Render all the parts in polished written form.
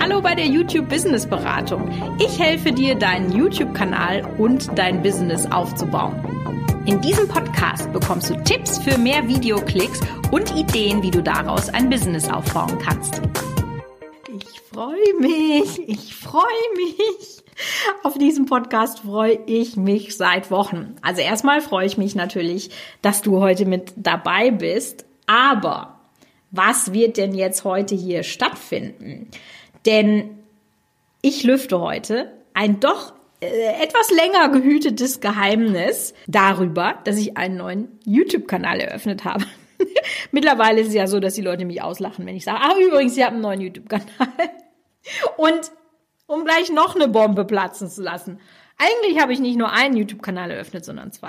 Hallo bei der YouTube Business Beratung. Ich helfe dir, deinen YouTube-Kanal und dein Business aufzubauen. In diesem Podcast bekommst du Tipps für mehr Videoklicks und Ideen, wie du daraus ein Business aufbauen kannst. Ich freue mich. Auf diesen Podcast freue ich mich seit Wochen. Also erstmal freue ich mich natürlich, dass du heute mit dabei bist. Aber was wird denn jetzt heute hier stattfinden? Denn ich lüfte heute ein doch etwas länger gehütetes Geheimnis darüber, dass ich einen neuen YouTube-Kanal eröffnet habe. Mittlerweile ist es ja so, dass die Leute mich auslachen, wenn ich sage, übrigens, ihr habt einen neuen YouTube-Kanal. Und um gleich noch eine Bombe platzen zu lassen. Eigentlich habe ich nicht nur einen YouTube-Kanal eröffnet, sondern zwei.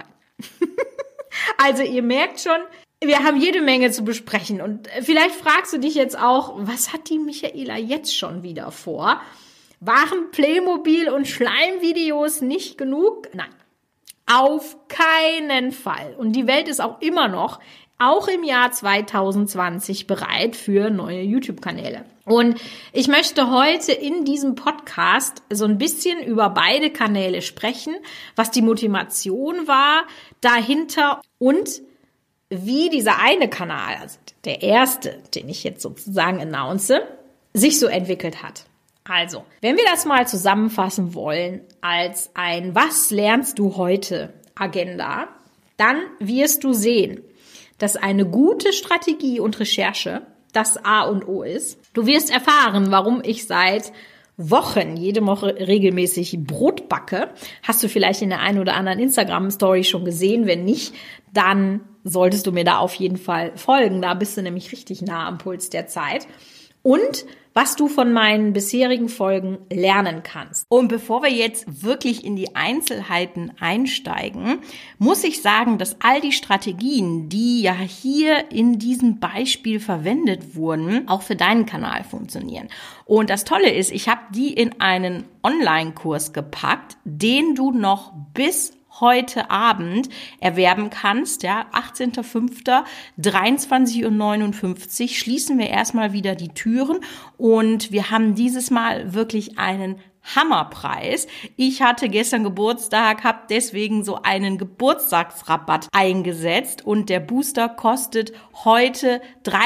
Also ihr merkt schon, wir haben jede Menge zu besprechen. Und vielleicht fragst du dich jetzt auch, was hat die Michaela jetzt schon wieder vor? Waren Playmobil- und Schleimvideos nicht genug? Nein, auf keinen Fall. Und die Welt ist auch immer noch, auch im Jahr 2020, bereit für neue YouTube-Kanäle. Und ich möchte heute in diesem Podcast so ein bisschen über beide Kanäle sprechen, was die Motivation war dahinter und wie dieser eine Kanal, also der erste, den ich jetzt sozusagen announce, sich so entwickelt hat. Also, wenn wir das mal zusammenfassen wollen als ein Was lernst du heute Agenda, dann wirst du sehen, dass eine gute Strategie und Recherche das A und O ist. Du wirst erfahren, warum ich seit Wochen jede Woche regelmäßig Brot backe. Hast du vielleicht in der einen oder anderen Instagram-Story schon gesehen? Wenn nicht, dann solltest du mir da auf jeden Fall folgen. Da bist du nämlich richtig nah am Puls der Zeit. Und was du von meinen bisherigen Folgen lernen kannst. Und bevor wir jetzt wirklich in die Einzelheiten einsteigen, muss ich sagen, dass all die Strategien, die ja hier in diesem Beispiel verwendet wurden, auch für deinen Kanal funktionieren. Und das Tolle ist, ich habe die in einen Online-Kurs gepackt, den du noch bis heute Abend erwerben kannst, ja, 18.05., 23:59 Uhr schließen wir erstmal wieder die Türen und wir haben dieses Mal wirklich einen Hammerpreis. Ich hatte gestern Geburtstag, habe deswegen so einen Geburtstagsrabatt eingesetzt und der Booster kostet heute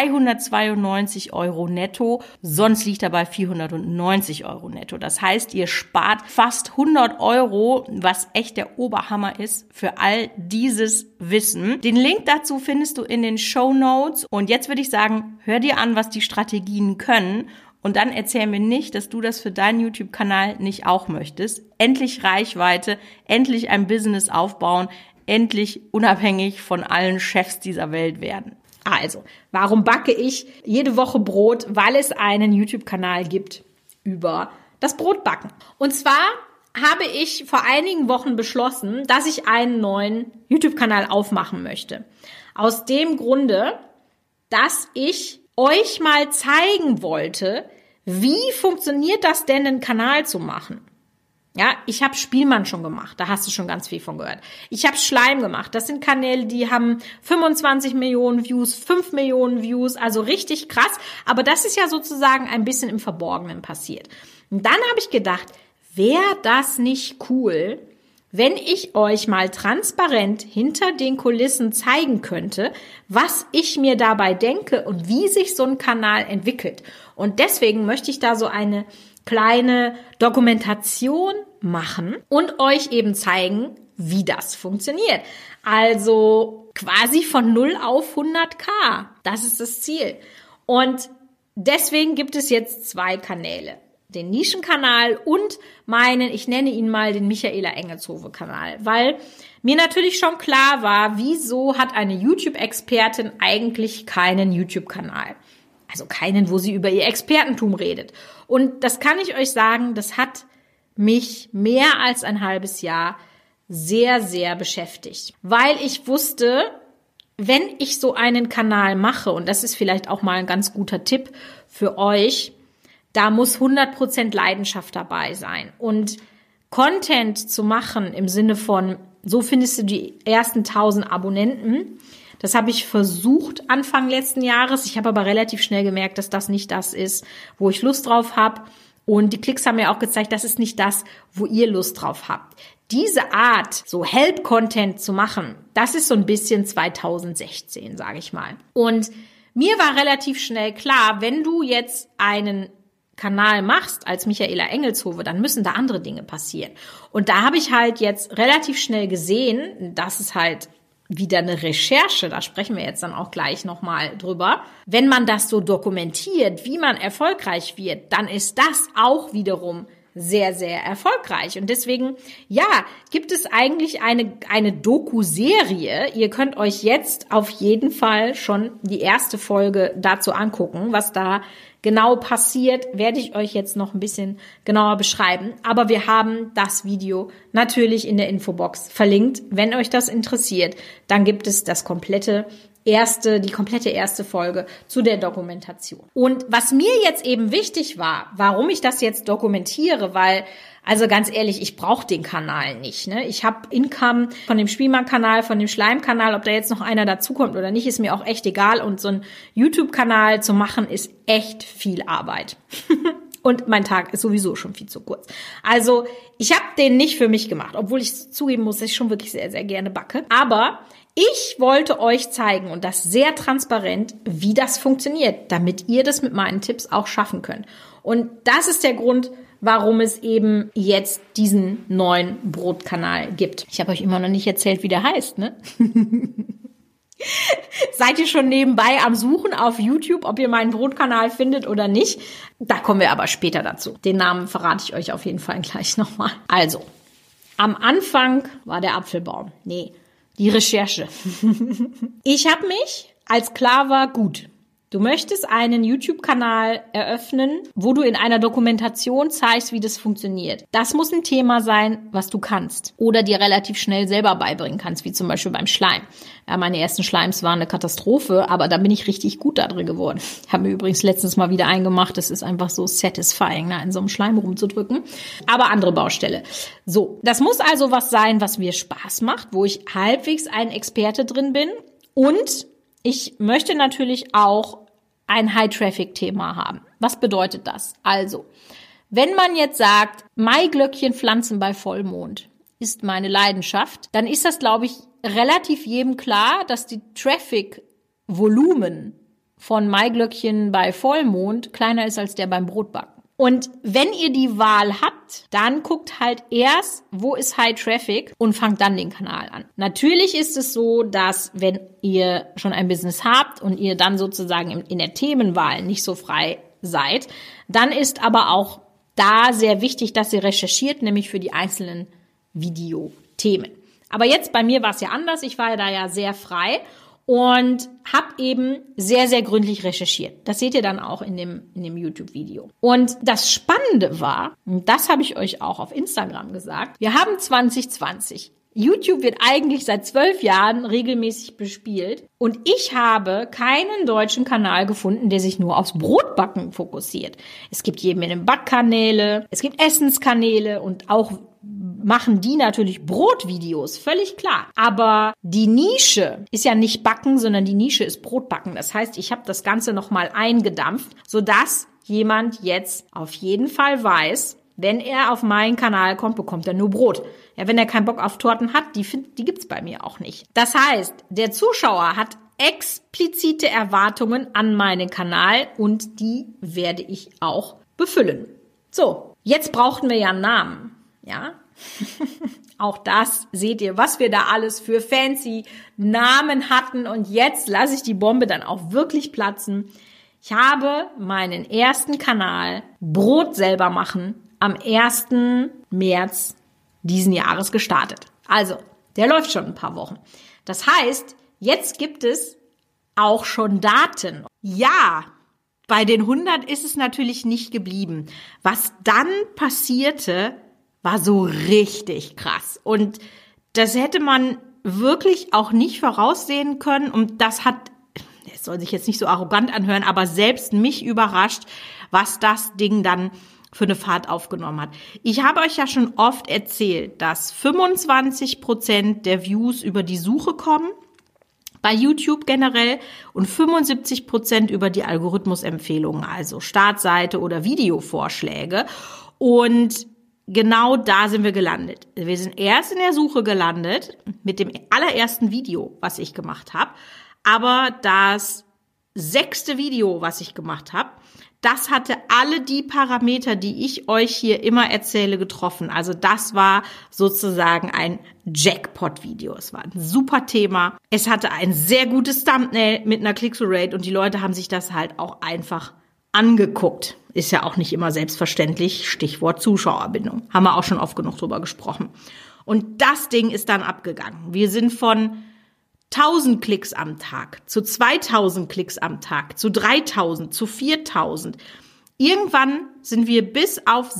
392 € netto, sonst liegt er bei 490 € netto. Das heißt, ihr spart fast 100 €, was echt der Oberhammer ist für all dieses Wissen. Den Link dazu findest du in den Shownotes und jetzt würde ich sagen, hör dir an, was die Strategien können. Und dann erzähl mir nicht, dass du das für deinen YouTube-Kanal nicht auch möchtest. Endlich Reichweite, endlich ein Business aufbauen, endlich unabhängig von allen Chefs dieser Welt werden. Also, warum backe ich jede Woche Brot? Weil es einen YouTube-Kanal gibt über das Brotbacken. Und zwar habe ich vor einigen Wochen beschlossen, dass ich einen neuen YouTube-Kanal aufmachen möchte. Aus dem Grunde, dass ich euch mal zeigen wollte, wie funktioniert das denn, einen Kanal zu machen. Ja, ich habe Spielmann schon gemacht, da hast du schon ganz viel von gehört. Ich habe Schleim gemacht, das sind Kanäle, die haben 25 Millionen Views, 5 Millionen Views, also richtig krass. Aber das ist ja sozusagen ein bisschen im Verborgenen passiert. Und dann habe ich gedacht, wäre das nicht cool, wenn ich euch mal transparent hinter den Kulissen zeigen könnte, was ich mir dabei denke und wie sich so ein Kanal entwickelt. Und deswegen möchte ich da so eine kleine Dokumentation machen und euch eben zeigen, wie das funktioniert. Also quasi von 0 auf 100.000. Das ist das Ziel. Und deswegen gibt es jetzt 2 Kanäle. Den Nischenkanal und meinen, ich nenne ihn mal den Michaela Engelshove-Kanal, weil mir natürlich schon klar war, wieso hat eine YouTube-Expertin eigentlich keinen YouTube-Kanal? Also keinen, wo sie über ihr Expertentum redet. Und das kann ich euch sagen, das hat mich mehr als ein halbes Jahr sehr, sehr beschäftigt, weil ich wusste, wenn ich so einen Kanal mache, und das ist vielleicht auch mal ein ganz guter Tipp für euch, da muss 100% Leidenschaft dabei sein. Und Content zu machen im Sinne von, so findest du die ersten 1000 Abonnenten, das habe ich versucht Anfang letzten Jahres. Ich habe aber relativ schnell gemerkt, dass das nicht das ist, wo ich Lust drauf habe. Und die Klicks haben mir auch gezeigt, das ist nicht das, wo ihr Lust drauf habt. Diese Art, so Help-Content zu machen, das ist so ein bisschen 2016, sage ich mal. Und mir war relativ schnell klar, wenn du jetzt einen Kanal machst als Michaela Engelshove, dann müssen da andere Dinge passieren. Und da habe ich halt jetzt relativ schnell gesehen, dass es halt wieder eine Recherche, da sprechen wir jetzt dann auch gleich nochmal drüber. Wenn man das so dokumentiert, wie man erfolgreich wird, dann ist das auch wiederum sehr, sehr erfolgreich. Und deswegen, ja, gibt es eigentlich eine Doku-Serie. Ihr könnt euch jetzt auf jeden Fall schon die erste Folge dazu angucken. Was da genau passiert, werde ich euch jetzt noch ein bisschen genauer beschreiben. Aber wir haben das Video natürlich in der Infobox verlinkt. Wenn euch das interessiert, dann gibt es die komplette erste Folge zu der Dokumentation. Und was mir jetzt eben wichtig war, warum ich das jetzt dokumentiere, weil, also ganz ehrlich, ich brauche den Kanal nicht. Ne? Ich habe Income von dem Spielmann-Kanal, von dem Schleim-Kanal, ob da jetzt noch einer dazukommt oder nicht, ist mir auch echt egal. Und so ein YouTube-Kanal zu machen, ist echt viel Arbeit. Und mein Tag ist sowieso schon viel zu kurz. Also ich habe den nicht für mich gemacht, obwohl ich zugeben muss, dass ich schon wirklich sehr, sehr gerne backe. Aber ich wollte euch zeigen, und das sehr transparent, wie das funktioniert, damit ihr das mit meinen Tipps auch schaffen könnt. Und das ist der Grund, warum es eben jetzt diesen neuen Brotkanal gibt. Ich habe euch immer noch nicht erzählt, wie der heißt, ne? Seid ihr schon nebenbei am Suchen auf YouTube, ob ihr meinen Brotkanal findet oder nicht? Da kommen wir aber später dazu. Den Namen verrate ich euch auf jeden Fall gleich nochmal. Also, am Anfang war der Apfelbaum. Nee, die Recherche. Ich habe mich, als klar war, gut, du möchtest einen YouTube-Kanal eröffnen, wo du in einer Dokumentation zeigst, wie das funktioniert. Das muss ein Thema sein, was du kannst oder dir relativ schnell selber beibringen kannst, wie zum Beispiel beim Schleim. Ja, meine ersten Schleims waren eine Katastrophe, aber da bin ich richtig gut da drin geworden. Ich habe mir übrigens letztens mal wieder eingemacht. Das ist einfach so satisfying, ne, in so einem Schleim rumzudrücken. Aber andere Baustelle. So, das muss also was sein, was mir Spaß macht, wo ich halbwegs ein Experte drin bin. Und ich möchte natürlich auch ein High-Traffic-Thema haben. Was bedeutet das? Also, wenn man jetzt sagt, Maiglöckchen pflanzen bei Vollmond ist meine Leidenschaft, dann ist das, glaube ich, relativ jedem klar, dass die Traffic-Volumen von Maiglöckchen bei Vollmond kleiner ist als der beim Brotbacken. Und wenn ihr die Wahl habt, dann guckt halt erst, wo ist High Traffic und fangt dann den Kanal an. Natürlich ist es so, dass wenn ihr schon ein Business habt und ihr dann sozusagen in der Themenwahl nicht so frei seid, dann ist aber auch da sehr wichtig, dass ihr recherchiert, nämlich für die einzelnen Videothemen. Aber jetzt bei mir war es ja anders. Ich war ja da ja sehr frei und habe eben sehr, sehr gründlich recherchiert. Das seht ihr dann auch in dem YouTube-Video. Und das Spannende war, und das habe ich euch auch auf Instagram gesagt, wir haben 2020. YouTube wird eigentlich seit 12 Jahren regelmäßig bespielt und ich habe keinen deutschen Kanal gefunden, der sich nur aufs Brotbacken fokussiert. Es gibt jede Menge Backkanäle, es gibt Essenskanäle und auch machen die natürlich Brotvideos, völlig klar. Aber die Nische ist ja nicht Backen, sondern die Nische ist Brotbacken. Das heißt, ich habe das Ganze nochmal eingedampft, sodass jemand jetzt auf jeden Fall weiß, wenn er auf meinen Kanal kommt, bekommt er nur Brot. Ja, wenn er keinen Bock auf Torten hat, die gibt's bei mir auch nicht. Das heißt, der Zuschauer hat explizite Erwartungen an meinen Kanal und die werde ich auch befüllen. So, jetzt brauchten wir ja einen Namen. Ja, auch das seht ihr, was wir da alles für fancy Namen hatten. Und jetzt lasse ich die Bombe dann auch wirklich platzen. Ich habe meinen ersten Kanal Brot selber machen am 1. März diesen Jahres gestartet. Also, der läuft schon ein paar Wochen. Das heißt, jetzt gibt es auch schon Daten. Ja, bei den 100 ist es natürlich nicht geblieben. Was dann passierte, war so richtig krass. Und das hätte man wirklich auch nicht voraussehen können. Und das soll sich jetzt nicht so arrogant anhören, aber selbst mich überrascht, was das Ding dann für eine Fahrt aufgenommen hat. Ich habe euch ja schon oft erzählt, dass 25% der Views über die Suche kommen bei YouTube generell und 75% über die Algorithmusempfehlungen, also Startseite oder Videovorschläge. Und genau da sind wir gelandet. Wir sind erst in der Suche gelandet mit dem allerersten Video, was ich gemacht habe. Aber das 6. Video, was ich gemacht habe, das hatte alle die Parameter, die ich euch hier immer erzähle, getroffen. Also das war sozusagen ein Jackpot-Video. Es war ein super Thema. Es hatte ein sehr gutes Thumbnail mit einer Click-through-Rate und die Leute haben sich das halt auch einfach angeguckt. Ist ja auch nicht immer selbstverständlich. Stichwort Zuschauerbindung. Haben wir auch schon oft genug drüber gesprochen. Und das Ding ist dann abgegangen. Wir sind von 1000 Klicks am Tag, zu 2000 Klicks am Tag, zu 3000, zu 4000. Irgendwann sind wir bis auf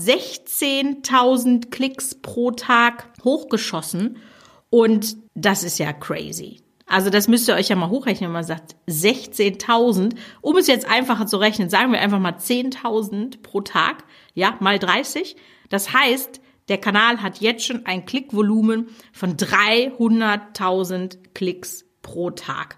16.000 Klicks pro Tag hochgeschossen und das ist ja crazy. Also das müsst ihr euch ja mal hochrechnen, wenn man sagt 16.000. Um es jetzt einfacher zu rechnen, sagen wir einfach mal 10.000 pro Tag, ja, mal 30. Das heißt, der Kanal hat jetzt schon ein Klickvolumen von 300.000 Klicks pro Tag.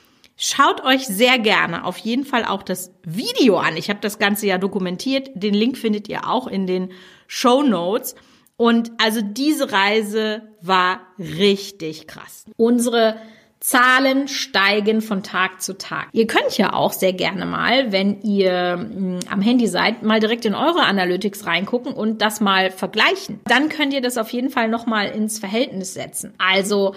Schaut euch sehr gerne auf jeden Fall auch das Video an. Ich habe das Ganze ja dokumentiert. Den Link findet ihr auch in den Shownotes. Und also diese Reise war richtig krass. Unsere Zahlen steigen von Tag zu Tag. Ihr könnt ja auch sehr gerne mal, wenn ihr am Handy seid, mal direkt in eure Analytics reingucken und das mal vergleichen. Dann könnt ihr das auf jeden Fall nochmal ins Verhältnis setzen. Also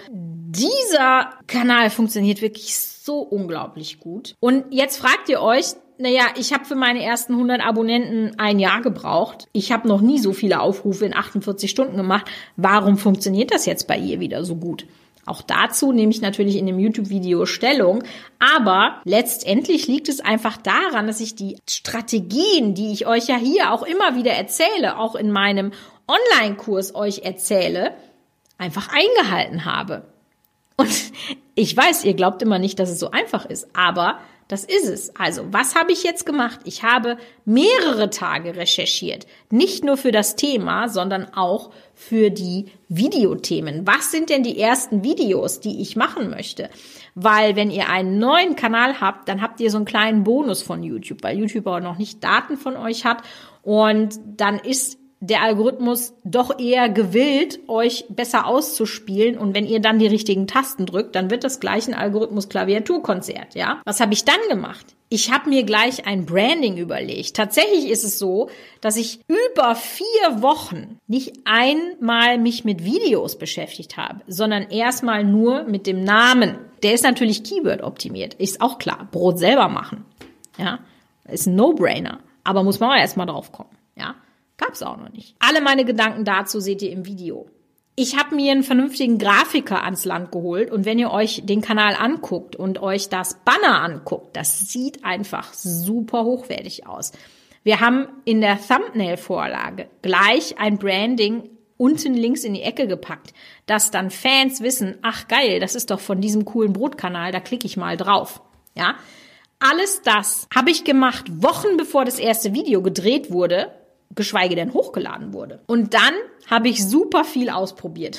dieser Kanal funktioniert wirklich so unglaublich gut. Und jetzt fragt ihr euch, naja, ich habe für meine ersten 100 Abonnenten ein Jahr gebraucht. Ich habe noch nie so viele Aufrufe in 48 Stunden gemacht. Warum funktioniert das jetzt bei ihr wieder so gut? Auch dazu nehme ich natürlich in dem YouTube-Video Stellung, aber letztendlich liegt es einfach daran, dass ich die Strategien, die ich euch ja hier auch immer wieder erzähle, auch in meinem Online-Kurs euch erzähle, einfach eingehalten habe. Und ich weiß, ihr glaubt immer nicht, dass es so einfach ist, aber das ist es. Also, was habe ich jetzt gemacht? Ich habe mehrere Tage recherchiert. Nicht nur für das Thema, sondern auch für die Videothemen. Was sind denn die ersten Videos, die ich machen möchte? Weil wenn ihr einen neuen Kanal habt, dann habt ihr so einen kleinen Bonus von YouTube, weil YouTube auch noch nicht Daten von euch hat. Und dann ist der Algorithmus doch eher gewillt, euch besser auszuspielen. Und wenn ihr dann die richtigen Tasten drückt, dann wird das gleich ein Algorithmus-Klaviaturkonzert, ja? Was habe ich dann gemacht? Ich habe mir gleich ein Branding überlegt. Tatsächlich ist es so, dass ich über 4 Wochen nicht einmal mich mit Videos beschäftigt habe, sondern erstmal nur mit dem Namen. Der ist natürlich Keyword-optimiert. Ist auch klar. Brot selber machen. Ja? Ist ein No-Brainer. Aber muss man auch erstmal drauf kommen. Ja? Gab's auch noch nicht. Alle meine Gedanken dazu seht ihr im Video. Ich habe mir einen vernünftigen Grafiker ans Land geholt und wenn ihr euch den Kanal anguckt und euch das Banner anguckt, das sieht einfach super hochwertig aus. Wir haben in der Thumbnail-Vorlage gleich ein Branding unten links in die Ecke gepackt, dass dann Fans wissen, ach geil, das ist doch von diesem coolen Brotkanal, da klicke ich mal drauf. Ja, alles das habe ich gemacht, Wochen bevor das erste Video gedreht wurde, geschweige denn hochgeladen wurde. Und dann habe ich super viel ausprobiert.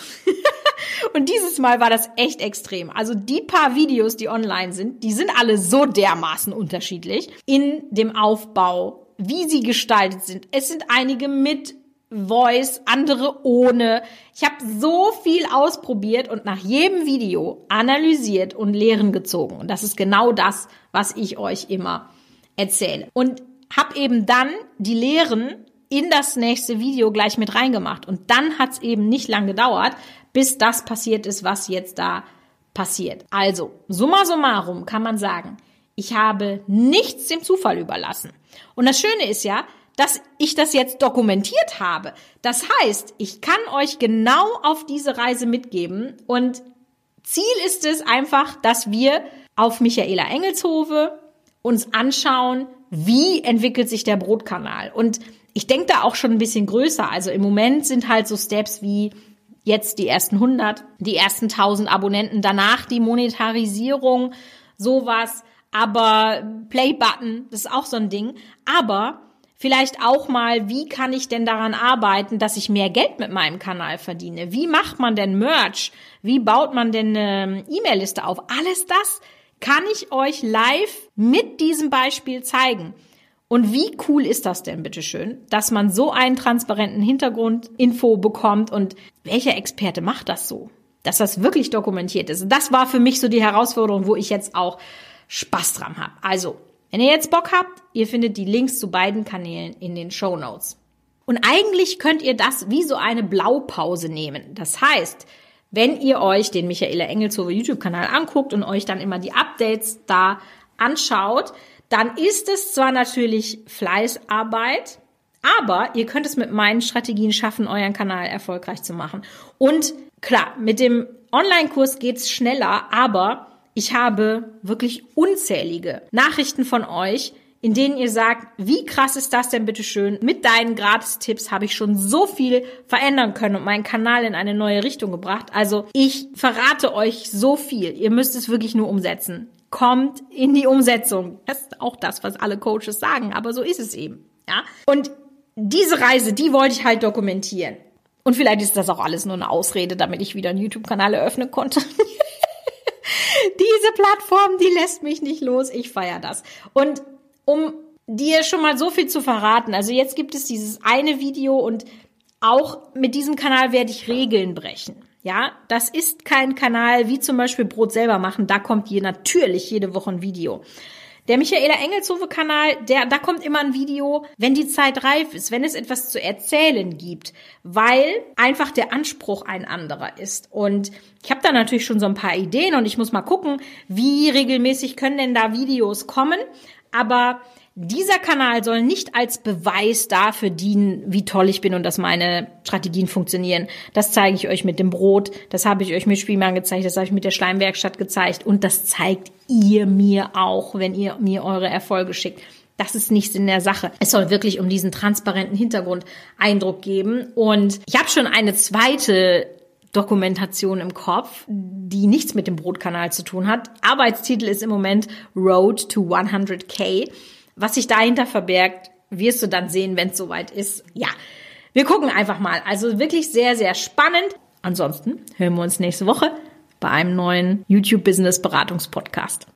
Und dieses Mal war das echt extrem. Also die paar Videos, die online sind, die sind alle so dermaßen unterschiedlich in dem Aufbau, wie sie gestaltet sind. Es sind einige mit Voice, andere ohne. Ich habe so viel ausprobiert und nach jedem Video analysiert und Lehren gezogen. Und das ist genau das, was ich euch immer erzähle. Und habe eben dann die Lehren in das nächste Video gleich mit reingemacht. Und dann hat es eben nicht lang gedauert, bis das passiert ist, was jetzt da passiert. Also, summa summarum kann man sagen, ich habe nichts dem Zufall überlassen. Und das Schöne ist ja, dass ich das jetzt dokumentiert habe. Das heißt, ich kann euch genau auf diese Reise mitgeben. Und Ziel ist es einfach, dass wir auf Michaela Engelshove uns anschauen, wie entwickelt sich der Brotkanal. Und ich denke da auch schon ein bisschen größer. Also im Moment sind halt so Steps wie jetzt die ersten 100, die ersten 1000 Abonnenten, danach die Monetarisierung, sowas. Aber Play-Button, das ist auch so ein Ding. Aber Vielleicht auch mal, wie kann ich denn daran arbeiten, dass ich mehr Geld mit meinem Kanal verdiene? Wie macht man denn Merch? Wie baut man denn eine E-Mail-Liste auf? Alles das kann ich euch live mit diesem Beispiel zeigen. Und wie cool ist das denn, bitteschön, dass man so einen transparenten Hintergrundinfo bekommt und welcher Experte macht das so? Dass das wirklich dokumentiert ist. Das war für mich so die Herausforderung, wo ich jetzt auch Spaß dran habe. Also, wenn ihr jetzt Bock habt, ihr findet die Links zu beiden Kanälen in den Shownotes. Und eigentlich könnt ihr das wie so eine Blaupause nehmen. Das heißt, wenn ihr euch den Michaela Engelshofer YouTube-Kanal anguckt und euch dann immer die Updates da anschaut, dann ist es zwar natürlich Fleißarbeit, aber ihr könnt es mit meinen Strategien schaffen, euren Kanal erfolgreich zu machen. Und klar, mit dem Online-Kurs geht's schneller, aber ich habe wirklich unzählige Nachrichten von euch, in denen ihr sagt, wie krass ist das denn bitteschön? Mit deinen Gratis-Tipps habe ich schon so viel verändern können und meinen Kanal in eine neue Richtung gebracht. Also ich verrate euch so viel. Ihr müsst es wirklich nur umsetzen. Kommt in die Umsetzung. Das ist auch das, was alle Coaches sagen, aber so ist es eben. Ja? Und diese Reise, die wollte ich halt dokumentieren. Und vielleicht ist das auch alles nur eine Ausrede, damit ich wieder einen YouTube-Kanal eröffnen konnte. Diese Plattform, die lässt mich nicht los. Ich feiere das. Und um dir schon mal so viel zu verraten, also jetzt gibt es dieses eine Video und auch mit diesem Kanal werde ich Regeln brechen. Ja, das ist kein Kanal wie zum Beispiel Brot selber machen. Da kommt natürlich jede Woche ein Video. Der Michaela Engelshofer Kanal, da kommt immer ein Video, wenn die Zeit reif ist, wenn es etwas zu erzählen gibt, weil einfach der Anspruch ein anderer ist. Und ich habe da natürlich schon so ein paar Ideen und ich muss mal gucken, wie regelmäßig können denn da Videos kommen. Aber dieser Kanal soll nicht als Beweis dafür dienen, wie toll ich bin und dass meine Strategien funktionieren. Das zeige ich euch mit dem Brot, das habe ich euch mit Spielmann gezeigt, das habe ich mit der Schleimwerkstatt gezeigt und das zeigt ihr mir auch, wenn ihr mir eure Erfolge schickt. Das ist nichts in der Sache. Es soll wirklich um diesen transparenten Hintergrundeindruck geben. Und ich habe schon eine zweite Dokumentation im Kopf, die nichts mit dem Brotkanal zu tun hat. Arbeitstitel ist im Moment Road to 100K. Was sich dahinter verbergt, wirst du dann sehen, wenn es soweit ist. Ja, wir gucken einfach mal. Also wirklich sehr, sehr spannend. Ansonsten hören wir uns nächste Woche bei einem neuen YouTube-Business-Beratungs-Podcast.